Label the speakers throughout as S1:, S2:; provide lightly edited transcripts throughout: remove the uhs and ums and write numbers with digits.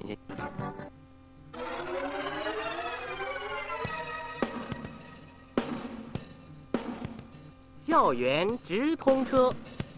S1: 校园直通车。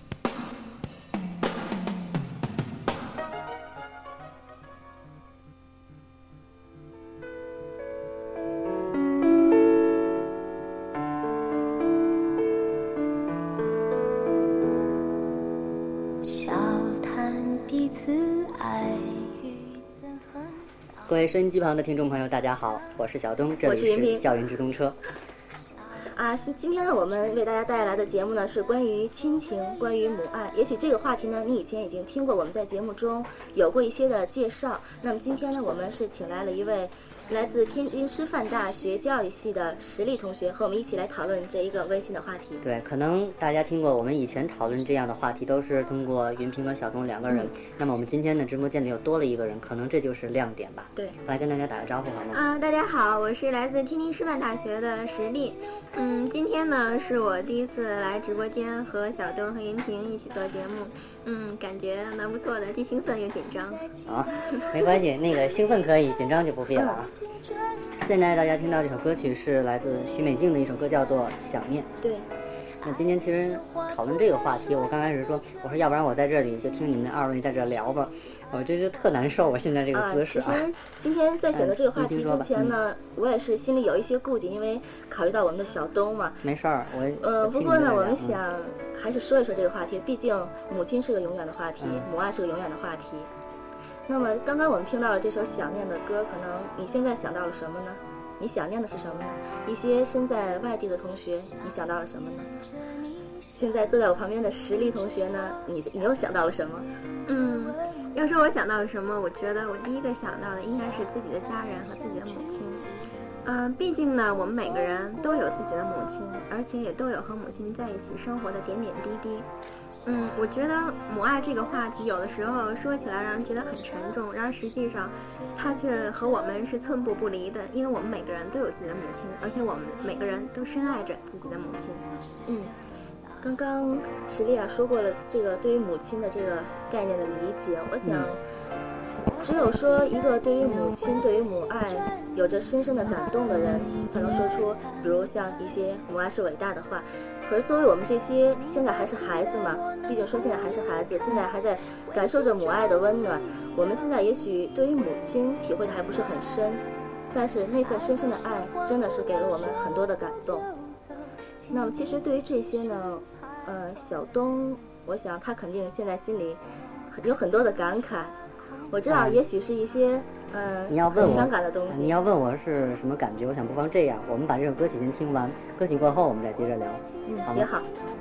S2: 各位收音机旁的听众朋友，大家好，我是小东，这里是校园直通车。
S3: 今天呢，我们为大家带来的节目呢是关于亲情，关于母爱。也许这个话题呢，你以前已经听过，我们在节目中有过一些的介绍。那么今天呢，我们是请来了一位来自天津师范大学教育系的石丽同学，和我们一起来讨论这一个温馨的话题。
S2: 对，可能大家听过我们以前讨论这样的话题，都是通过云平和小东两个人。那么我们今天的直播间里又多了一个人，可能这就是亮点吧。
S3: 对，
S2: 来跟大家打个招呼好吗？
S4: 大家好，我是来自天津师范大学的石丽。今天呢是我第一次来直播间和小东和云平一起做节目，感觉蛮不错的，既兴奋又紧张。
S2: 没关系，那个兴奋可以，紧张就不必了啊。现在大家听到这首歌曲是来自许美静的一首歌，叫做《想念》。
S3: 对。
S2: 那今天其实讨论这个话题，我刚开始说，我说要不然我在这里就听你们二位在这聊吧，我这就特难受，我现在这个姿势啊。
S3: 其实今天在选择这个话题之前呢，我也是心里有一些顾忌，因为考虑到我们的小东嘛。
S2: 没事儿，
S3: 不过呢，我们想还是说一说这个话题，毕竟母亲是个永远的话题，母爱是个永远的话题。那么刚刚我们听到了这首《想念》的歌，可能你现在想到了什么呢？你想念的是什么呢？一些身在外地的同学，你想到了什么呢？现在坐在我旁边的石丽同学呢，你又想到了什么？
S4: 要说我想到了什么，我觉得我第一个想到的应该是自己的家人和自己的母亲。毕竟呢，我们每个人都有自己的母亲，而且也都有和母亲在一起生活的点点滴滴。我觉得母爱这个话题有的时候说起来让人觉得很沉重，然而实际上它却和我们是寸步不离的，因为我们每个人都有自己的母亲，而且我们每个人都深爱着自己的母亲。
S3: 刚刚石丽说过了这个对于母亲的这个概念的理解，我想只有说一个对于母亲对于母爱有着深深的感动的人才能说出比如像一些母爱是伟大的话。可是作为我们这些现在还是孩子嘛，毕竟说现在还是孩子，现在还在感受着母爱的温暖，我们现在也许对于母亲体会的还不是很深，但是那份深深的爱真的是给了我们很多的感动。那么其实对于这些呢，小东我想他肯定现在心里有很多的感慨，我知道也许是一些很伤感的东西。
S2: 你要问我是什么感觉，我想不妨这样，我们把这首歌曲先听完，歌曲过后我们再接着聊，好吗？
S3: 也好。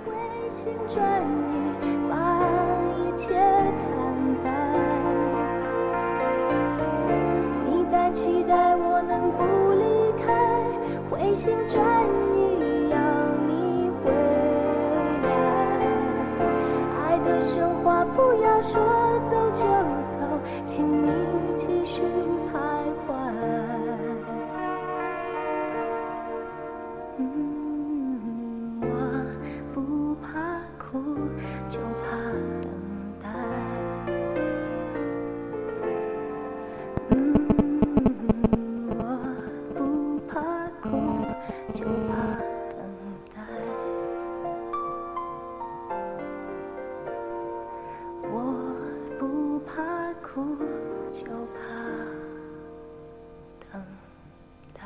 S5: 你在期待我能不离开，回心转意要你回来，爱的神话不要说走就走，请你继续徘徊。我不怕哭，就怕等待。我不怕哭，就怕等待。我不怕哭，就怕等待。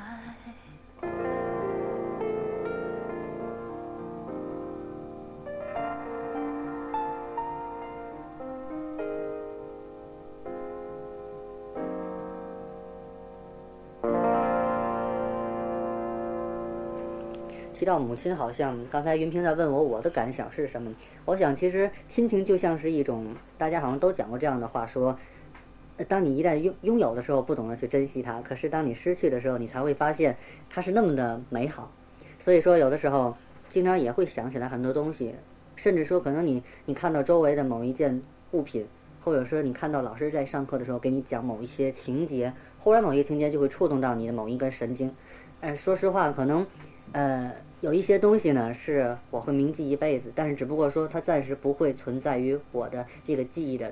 S2: 提到母亲，好像刚才云平在问我的感想是什么。我想其实亲情就像是一种，大家好像都讲过这样的话，说当你一旦拥有的时候不懂得去珍惜它，可是当你失去的时候你才会发现它是那么的美好。所以说有的时候经常也会想起来很多东西，甚至说可能你看到周围的某一件物品，或者说你看到老师在上课的时候给你讲某一些情节，忽然某一个情节就会触动到你的某一根神经。说实话可能有一些东西呢是我会铭记一辈子，但是只不过说它暂时不会存在于我的这个记忆的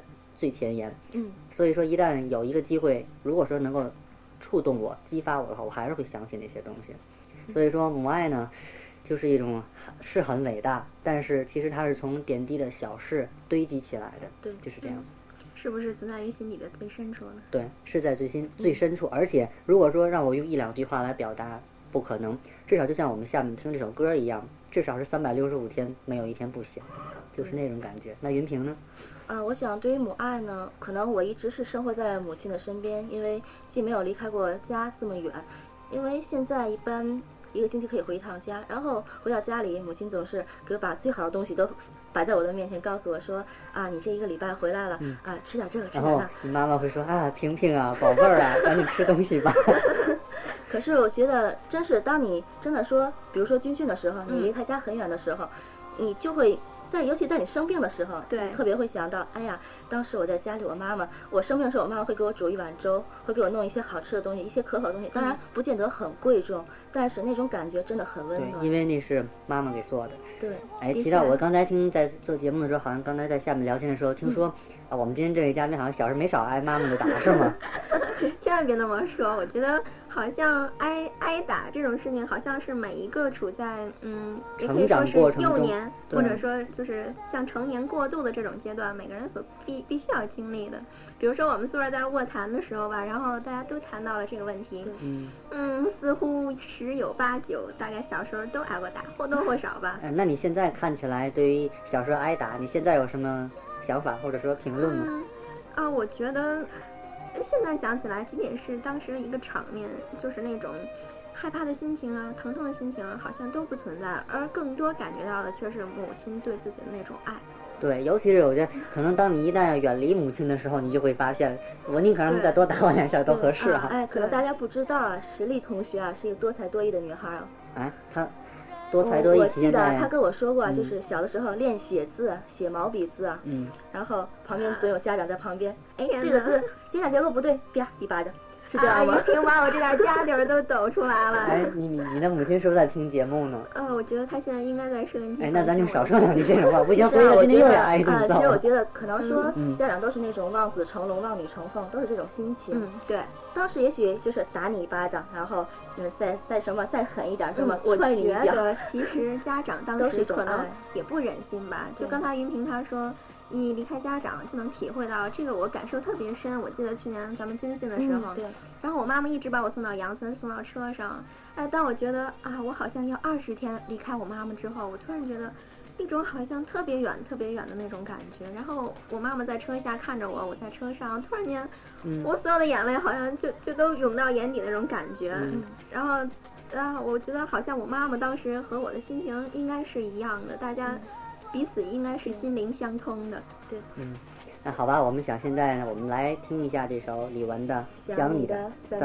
S2: 最前沿。
S3: 嗯，
S2: 所以说一旦有一个机会，如果说能够触动我、激发我的话，我还是会想起那些东西。所以说母爱呢，就是一种是很伟大，但是其实它是从点滴的小事堆积起来的。
S3: 对，
S2: 就是这样。
S4: 是不是存在于心底的最深处呢？
S2: 对，是在最深处。而且如果说让我用1-2句话来表达，不可能。至少就像我们下面听这首歌一样，至少是365天没有一天不想，就是那种感觉。那云平呢？
S3: 我想对于母爱呢，可能我一直是生活在母亲的身边，因为既没有离开过家这么远，因为现在一般1个星期可以回一趟家，然后回到家里，母亲总是给我把最好的东西都摆在我的面前，告诉我说啊，你这1个礼拜回来了，吃点这个，吃点那。
S2: 你妈妈会说啊，萍萍啊，宝贝儿啊，赶紧吃东西吧。
S3: 可是我觉得，真是当你真的说，比如说军训的时候，你离开家很远的时候，你就会尤其在你生病的时候，
S4: 对，
S3: 特别会想到，哎呀，当时我在家里，我生病的时候，我妈妈会给我煮一碗粥，会给我弄一些好吃的东西，一些可口的东西，当然不见得很贵重，但是那种感觉真的很温暖。
S2: 对，因为那是妈妈给做的。
S3: 对。
S2: 哎，提到我刚才听在做节目的时候，好像刚才在下面聊天的时候，听说我们今天这位嘉宾好像小时候没少挨妈妈的打，是吗？
S4: 千万别那么说，我觉得好像挨打这种事情，好像是每一个处在也可以说是幼年，或者说就是像成年过渡的这种阶段，每个人所必须要经历的。比如说我们宿舍在卧谈的时候吧，然后大家都谈到了这个问题，似乎10有8九，大概小时候都挨过打，或多或少吧。
S2: 那你现在看起来，对于小时候挨打，你现在有什么想法或者说评论吗？
S4: 我觉得现在想起来，仅仅是当时一个场面，就是那种害怕的心情啊，疼痛的心情啊，好像都不存在，而更多感觉到的却是母亲对自己的那种爱。
S2: 对，尤其是我觉得，可能当你一旦远离母亲的时候，你就会发现，我宁可让她再多打我2下都合适哈。
S3: 可能大家不知道啊，石丽同学啊是一个多才多艺的女孩啊。
S2: 她多才多艺。
S3: 我记得她跟我说过，就是小的时候练写字，写毛笔字啊，然后旁边总有家长在旁边，哎，这个字接下结构不对，啪一巴掌。是这样吗？
S4: 已经把我这点家底儿都抖出来了。
S2: 哎，你的母亲是不是在听节目呢？
S4: 我觉得她现在应该在收音机。
S2: 哎，那咱就少说2句这种话，不行，回来今天又要挨一顿揍。
S3: 其实我觉得可能说家长都是那种望子成龙、望女成凤，都是这种心情。
S4: 对。
S3: 当时也许就是打你一巴掌，然后再什么再狠一点，什么
S4: 我
S3: 踹你一脚。
S4: 觉得其实家长当时可能也不忍心吧。就刚才云平她说，一离开家长就能体会到这个，我感受特别深。我记得去年咱们军训的时候，
S3: 对，
S4: 然后我妈妈一直把我送到杨村，送到车上。哎，当我觉得我好像要20天离开我妈妈之后，我突然觉得一种好像特别远的那种感觉。然后我妈妈在车下看着我，我在车上，突然间，我所有的眼泪好像就都涌到眼底那种感觉。然后我觉得好像我妈妈当时和我的心情应该是一样的，大家彼此应该是心灵相通的。对。
S2: 那好吧，我们想现在呢，我们来听一下这首李玟的《想你的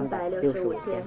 S2: 365天》。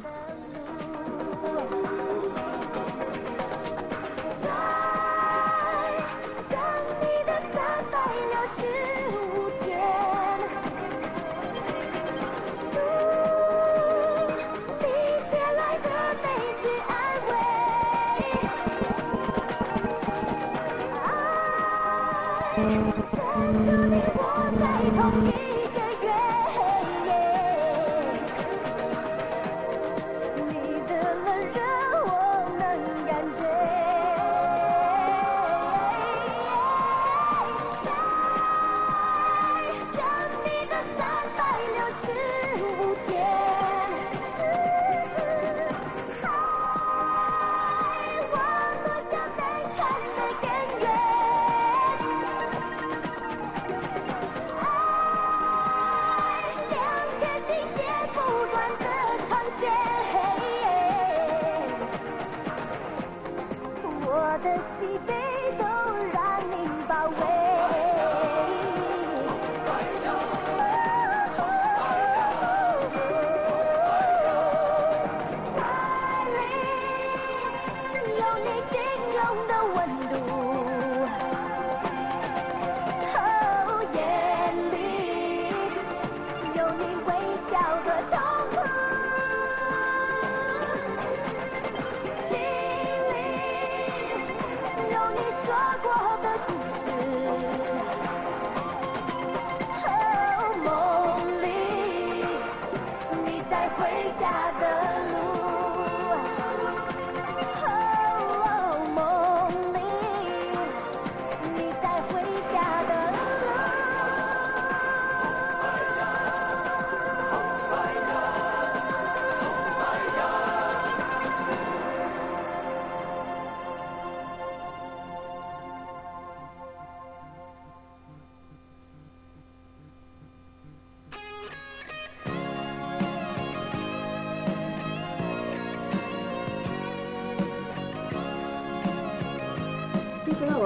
S5: 说过的故事。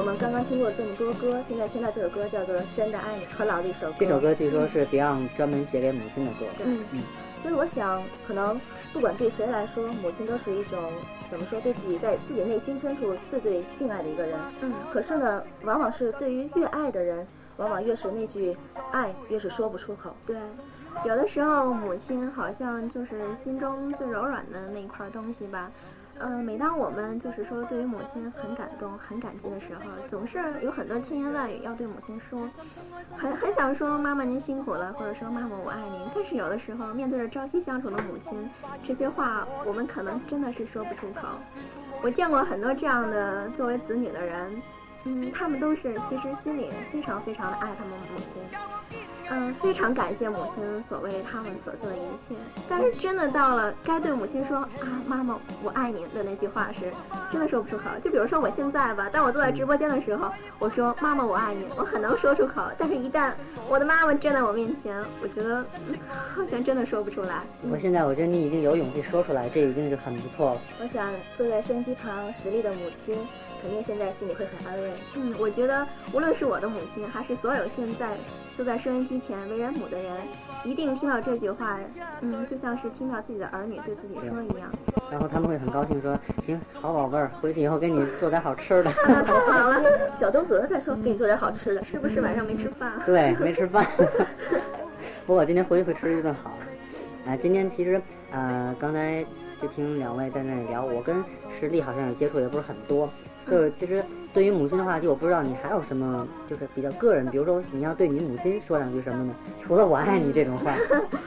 S3: 们刚刚听过这么多歌，现在听到这首歌叫做《真的爱你》，很老的一首歌。
S2: 这首歌据说是 Beyond 专门写给母亲的歌。
S3: 所以我想，可能不管对谁来说，母亲都是一种怎么说，对自己在自己内心深处最最敬爱的一个人。可是呢，往往是对于越爱的人，往往越是那句爱越是说不出口。
S4: 对，有的时候母亲好像就是心中最柔软的那块东西吧。每当我们就是说对于母亲很感动、很感激的时候，总是有很多千言万语要对母亲说，很想说妈妈您辛苦了，或者说妈妈我爱您。但是有的时候面对着朝夕相处的母亲，这些话我们可能真的是说不出口。我见过很多这样的作为子女的人，他们都是其实心里非常非常的爱他们母亲，非常感谢母亲所为他们所做的一切。但是真的到了该对母亲说啊妈妈我爱您的那句话时，真的说不出口。就比如说我现在吧，当我坐在直播间的时候，我说妈妈我爱您，我很能说出口。但是一旦我的妈妈站在我面前，我觉得好像真的说不出来。
S2: 我觉得你已经有勇气说出来，这已经是很不错了。
S3: 我想坐在收音机旁实力的母亲肯定现在心里会很安慰。
S4: 我觉得无论是我的母亲，还是所有现在坐在收音机前为人母的人，一定听到这句话，就像是听到自己的儿女对自己说一样。
S2: 然后他们会很高兴说，行，好宝贝儿，回去以后给你做点好吃的。
S4: 太好了，
S3: 小东昨儿才说给你做点好吃的，
S4: 是不是晚上没吃饭？
S2: 对，没吃饭。不过我今天回去会吃一顿好的。今天其实刚才就听两位在那里聊，我跟实力好像接触也不是很多。就是其实对于母亲的话题，我不知道你还有什么就是比较个人，比如说你要对你母亲说两句什么呢？除了我爱你这种话。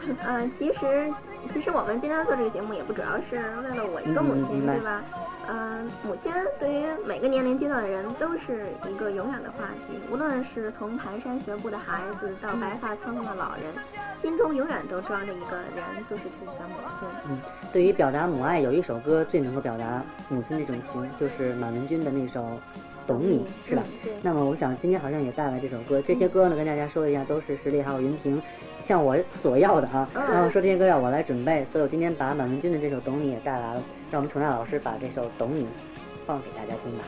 S4: 其实我们今天做这个节目也不主要是为了我一个母亲，对吧？母亲对于每个年龄阶段的人都是一个永远的话题，无论是从蹒跚学步的孩子到白发苍苍的老人，心中永远都装着一个人，就是自己的母亲。
S2: 对于表达母爱，有一首歌最能够表达母亲这种情，就是马文君的那首《懂你》，是吧？那么我想今天好像也带来这首歌，这些歌呢跟大家说一下，都是实力还有云平向我索要的啊。然后说这些歌要我来准备，所以我今天把马文君的这首《懂你》也带来了，让我们程亚老师把这首《懂你》放给大家听吧。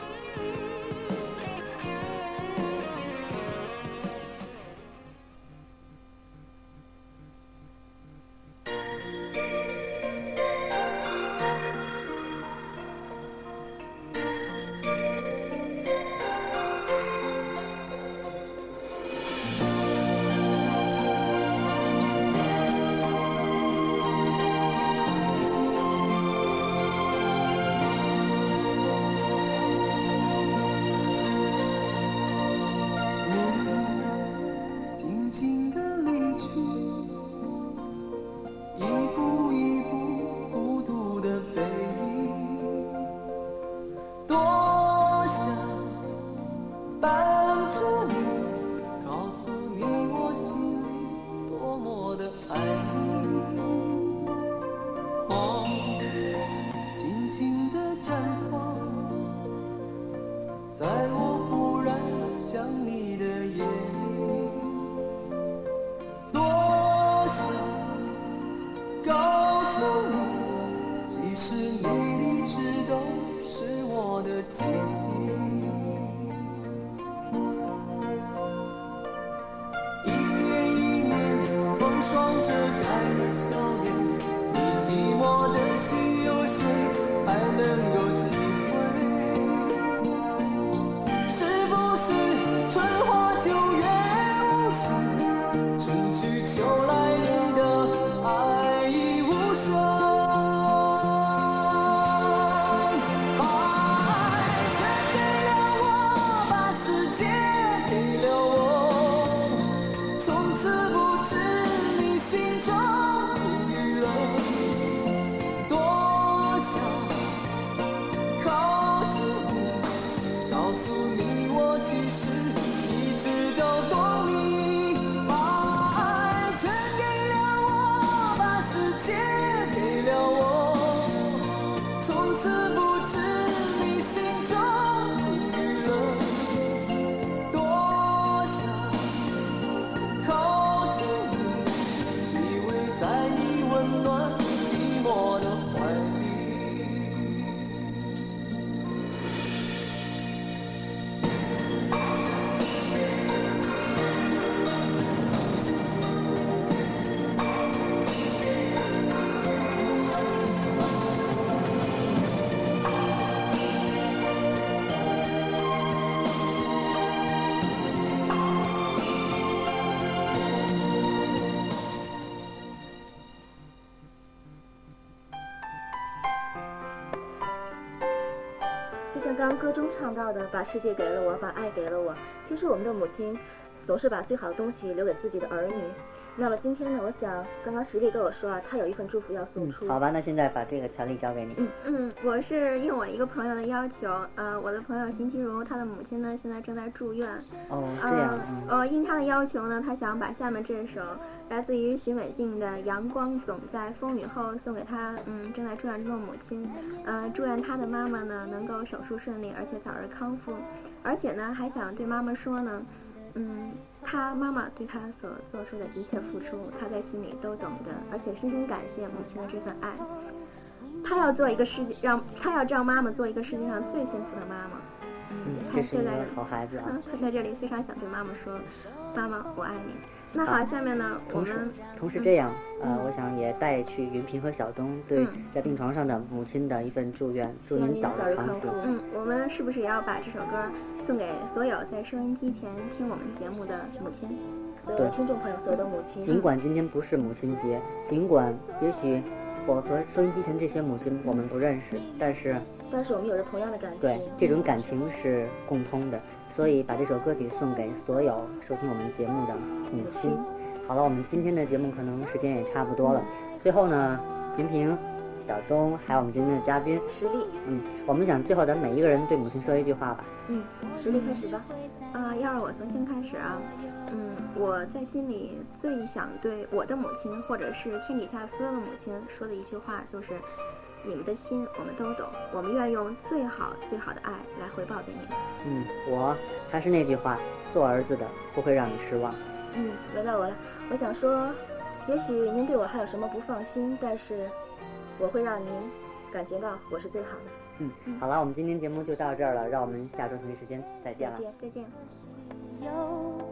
S3: 像刚刚歌中唱到的，把世界给了我，把爱给了我。其实我们的母亲总是把最好的东西留给自己的儿女。那么今天呢，我想刚刚石丽跟我说啊，她有一份祝福要送出。
S2: 好吧，那现在把这个权利交给你。
S4: 我是应我一个朋友的要求，我的朋友邢其如，她的母亲呢现在正在住院。
S2: 哦，这样。
S4: 应她的要求呢，她想把下面这首来自于许美静的《阳光总在风雨后》送给她正在住院中的母亲。祝愿她的妈妈呢能够手术顺利，而且早日康复。而且呢，还想对妈妈说呢，他妈妈对他所做出的一切付出，他在心里都懂得，而且深深感谢母亲的这份爱。他要让妈妈做一个世界上最幸福的妈妈。
S2: 这是一个好孩子啊。
S4: 他在这里非常想对妈妈说，妈妈，我爱你。那好，下面呢，
S2: 同时这样，我想也带去云平和小东对在病床上的母亲的一份祝愿，祝您早日康复。
S4: 我们是不是也要把这首歌送给所有在收音机前听我们节目的母亲，
S3: 所有的听众朋友，所有的母亲？
S2: 尽管今天不是母亲节，尽管也许我和收音机前这些母亲我们不认识，但是
S3: 我们有着同样的感情。
S2: 对，这种感情是共通的。所以把这首歌曲送给所有收听我们节目的母亲。好了，我们今天的节目可能时间也差不多了。最后呢，云平、小东还有我们今天的嘉宾
S3: 石丽，
S2: 我们想最后咱每一个人对母亲说一句话吧。
S3: 石丽开始吧。
S4: 要是我从先开始啊，我在心里最想对我的母亲，或者是天底下所有的母亲说的一句话就是。你们的心我们都懂，我们愿用最好最好的爱来回报给你们。
S2: 我还是那句话，做儿子的不会让你失望。
S3: 轮到我了。我想说，也许您对我还有什么不放心，但是我会让您感觉到我是最好的。
S2: 好了，我们今天节目就到这儿了，让我们下周同一时间再见了。
S3: 再见。